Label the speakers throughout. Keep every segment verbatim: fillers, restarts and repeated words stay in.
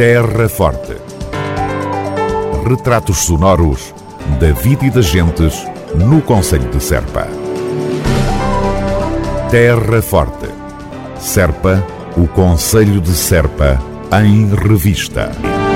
Speaker 1: Terra Forte. Retratos sonoros da vida e das gentes no concelho de Serpa. Terra Forte. Serpa, o concelho de Serpa, em revista.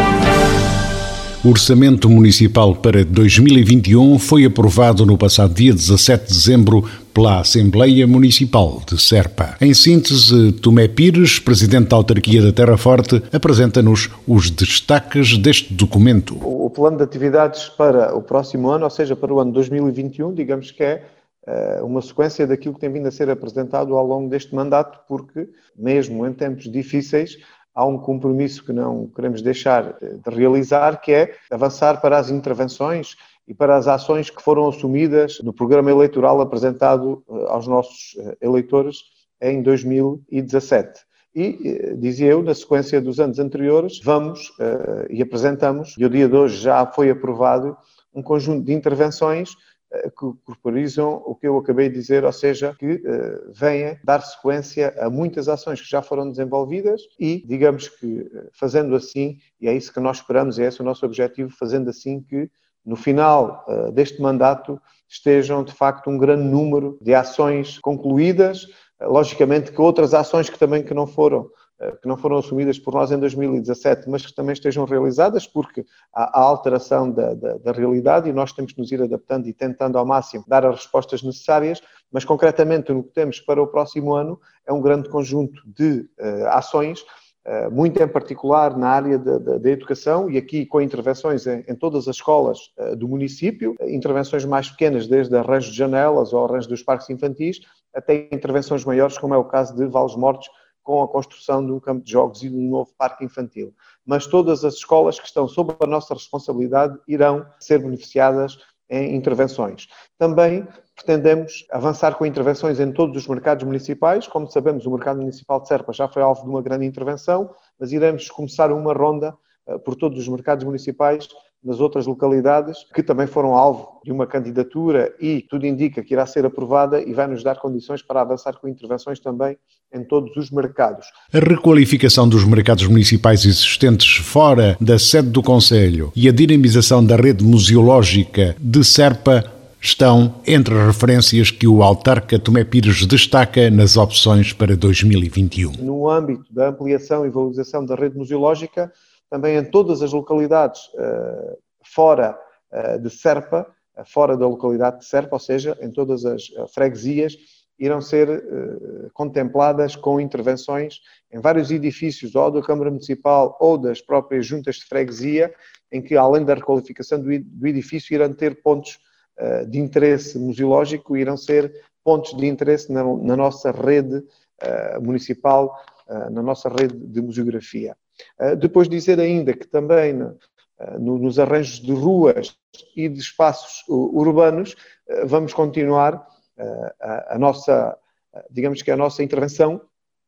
Speaker 2: O Orçamento Municipal para dois mil e vinte e um foi aprovado no passado dia dezassete de dezembro pela Assembleia Municipal de Serpa. Em síntese, Tomé Pires, Presidente da Autarquia da Terra Forte, apresenta-nos os destaques deste documento.
Speaker 3: O plano de atividades para o próximo ano, ou seja, para o ano dois mil e vinte e um, digamos que é uh, uma sequência daquilo que tem vindo a ser apresentado ao longo deste mandato, porque mesmo em tempos difíceis, há um compromisso que não queremos deixar de realizar, que é avançar para as intervenções e para as ações que foram assumidas no programa eleitoral apresentado aos nossos eleitores em dois mil e dezassete. E, dizia eu, na sequência dos anos anteriores, vamos uh, e apresentamos, e o dia de hoje já foi aprovado, um conjunto de intervenções que corporizam o que eu acabei de dizer, ou seja, que uh, venha dar sequência a muitas ações que já foram desenvolvidas e, digamos que, fazendo assim, e é isso que nós esperamos, e é esse o nosso objetivo, fazendo assim que, no final uh, deste mandato, estejam, de facto, um grande número de ações concluídas, uh, logicamente que outras ações que também que não foram que não foram assumidas por nós em dois mil e dezassete, mas que também estejam realizadas, porque há a alteração da, da, da realidade e nós temos que nos ir adaptando e tentando ao máximo dar as respostas necessárias, mas concretamente o que temos para o próximo ano é um grande conjunto de uh, ações, uh, muito em particular na área da, da, da educação e aqui com intervenções em, em todas as escolas uh, do município, intervenções mais pequenas, desde arranjo de janelas ou arranjo dos parques infantis, até intervenções maiores, como é o caso de Vales Mortos, com a construção de um campo de jogos e de um novo parque infantil. Mas todas as escolas que estão sob a nossa responsabilidade irão ser beneficiadas em intervenções. Também pretendemos avançar com intervenções em todos os mercados municipais. Como sabemos, o mercado municipal de Serpa já foi alvo de uma grande intervenção, mas iremos começar uma ronda uh, por todos os mercados municipais nas outras localidades, que também foram alvo de uma candidatura e tudo indica que irá ser aprovada e vai nos dar condições para avançar com intervenções também em todos os mercados.
Speaker 2: A requalificação dos mercados municipais existentes fora da sede do concelho e a dinamização da rede museológica de Serpa estão entre as referências que o autarca Tomé Pires destaca nas opções para dois mil e vinte e um.
Speaker 3: No âmbito da ampliação e valorização da rede museológica, também em todas as localidades uh, fora uh, de Serpa, uh, fora da localidade de Serpa, ou seja, em todas as uh, freguesias, irão ser uh, contempladas com intervenções em vários edifícios, ou da Câmara Municipal ou das próprias juntas de freguesia, em que, além da requalificação do, do edifício, irão ter pontos uh, de interesse museológico, irão ser pontos de interesse na, na nossa rede uh, municipal, uh, na nossa rede de museografia. Uh, depois dizer ainda que também uh, no, nos arranjos de ruas e de espaços uh, urbanos uh, vamos continuar uh, a, a nossa, uh, digamos que a nossa intervenção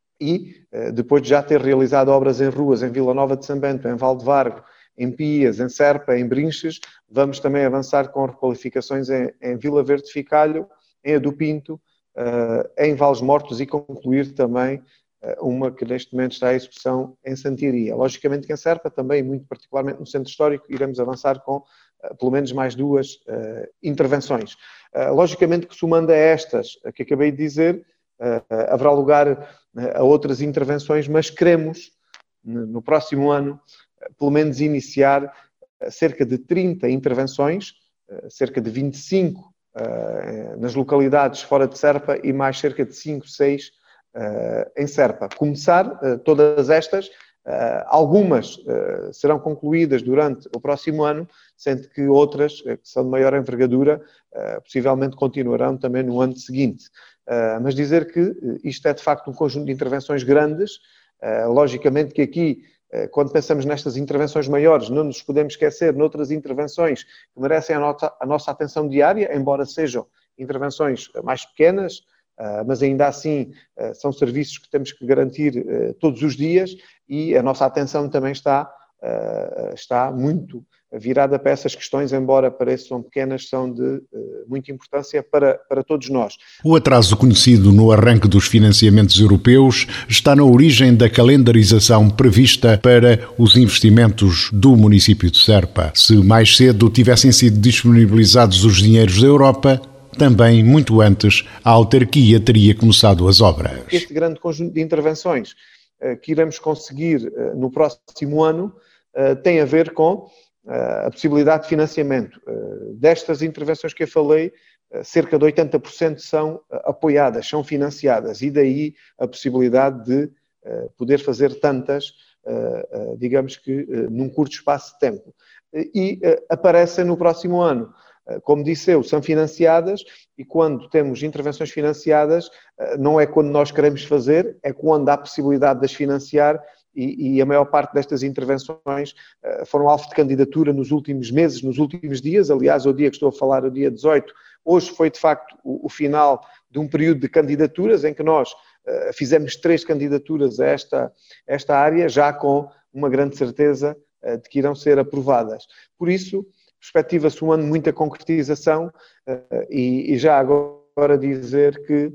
Speaker 3: e uh, depois de já ter realizado obras em ruas em Vila Nova de São Bento, em Valdevargo, em Pias, em Serpa, em Brinches, vamos também avançar com requalificações em, em Vila Verde de Ficalho, em Ado Pinto, uh, em Vales Mortos e concluir também uma que neste momento está em execução em Santiria. Logicamente que em Serpa, também muito particularmente no Centro Histórico, iremos avançar com uh, pelo menos mais duas uh, intervenções. Uh, logicamente que somando a estas que acabei de dizer, uh, uh, haverá lugar uh, a outras intervenções, mas queremos, no, no próximo ano, uh, pelo menos iniciar uh, cerca de trinta intervenções, uh, cerca de vinte e cinco uh, nas localidades fora de Serpa e mais cerca de cinco, seis Uh, em Serpa. Começar uh, todas estas, uh, algumas uh, serão concluídas durante o próximo ano, sendo que outras, uh, que são de maior envergadura, uh, possivelmente continuarão também no ano seguinte. Uh, mas dizer que uh, isto é de facto um conjunto de intervenções grandes, uh, logicamente que aqui, uh, quando pensamos nestas intervenções maiores, não nos podemos esquecer noutras intervenções que merecem a, nota, a nossa atenção diária, embora sejam intervenções mais pequenas, Uh, mas ainda assim uh, são serviços que temos que garantir uh, todos os dias e a nossa atenção também está, uh, está muito virada para essas questões, embora pareçam pequenas, são de uh, muita importância para, para todos nós.
Speaker 2: O atraso conhecido no arranque dos financiamentos europeus está na origem da calendarização prevista para os investimentos do município de Serpa. Se mais cedo tivessem sido disponibilizados os dinheiros da Europa, também muito antes a autarquia teria começado as obras.
Speaker 3: Este grande conjunto de intervenções uh, que iremos conseguir uh, no próximo ano uh, tem a ver com a possibilidade de financiamento. Destas intervenções que eu falei, cerca de oitenta por cento são apoiadas, são financiadas, e daí a possibilidade de poder fazer tantas, digamos que num curto espaço de tempo. E aparecem no próximo ano. Como disse eu, são financiadas, e quando temos intervenções financiadas, não é quando nós queremos fazer, é quando há a possibilidade de as financiar. E, e a maior parte destas intervenções uh, foram alvo de candidatura nos últimos meses, nos últimos dias. Aliás, o dia que estou a falar, o dia dezoito, hoje foi de facto o, o final de um período de candidaturas em que nós uh, fizemos três candidaturas a esta, esta área, já com uma grande certeza uh, de que irão ser aprovadas. Por isso, perspectiva-se um ano de muita concretização uh, e, e já agora dizer que,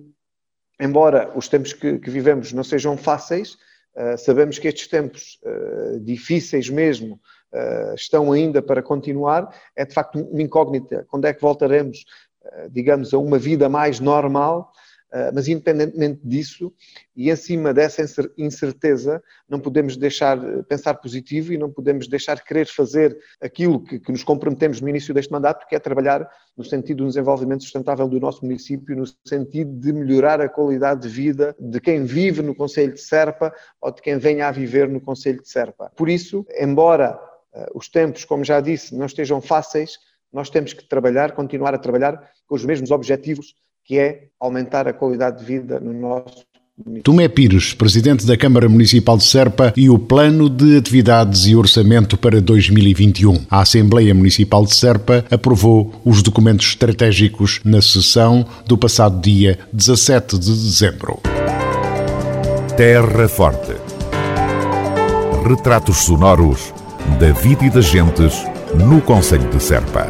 Speaker 3: embora os tempos que, que vivemos não sejam fáceis, Uh, sabemos que estes tempos uh, difíceis mesmo uh, estão ainda para continuar. É de facto uma incógnita quando é que voltaremos, uh, digamos, a uma vida mais normal, uh, mas independentemente disso e acima dessa incerteza, não podemos deixar de pensar positivo e não podemos deixar de querer fazer aquilo que, que nos comprometemos no início deste mandato, que é trabalhar no sentido do desenvolvimento sustentável do nosso município, no sentido de melhorar a qualidade de vida de quem vive no concelho de Serpa ou de quem venha a viver no concelho de Serpa. Por isso, embora uh, os tempos, como já disse, não estejam fáceis, nós temos que trabalhar, continuar a trabalhar com os mesmos objetivos, que é aumentar a qualidade de vida no nosso
Speaker 2: Tomé Pires, presidente da Câmara Municipal de Serpa, e o Plano de Atividades e Orçamento para dois mil e vinte e um. A Assembleia Municipal de Serpa aprovou os documentos estratégicos na sessão do passado dia dezassete de dezembro.
Speaker 1: Terra Forte. Retratos sonoros da vida e das gentes no concelho de Serpa.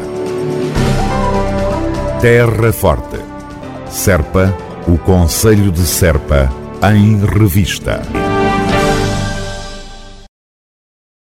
Speaker 1: Terra Forte. Serpa, o concelho de Serpa em revista.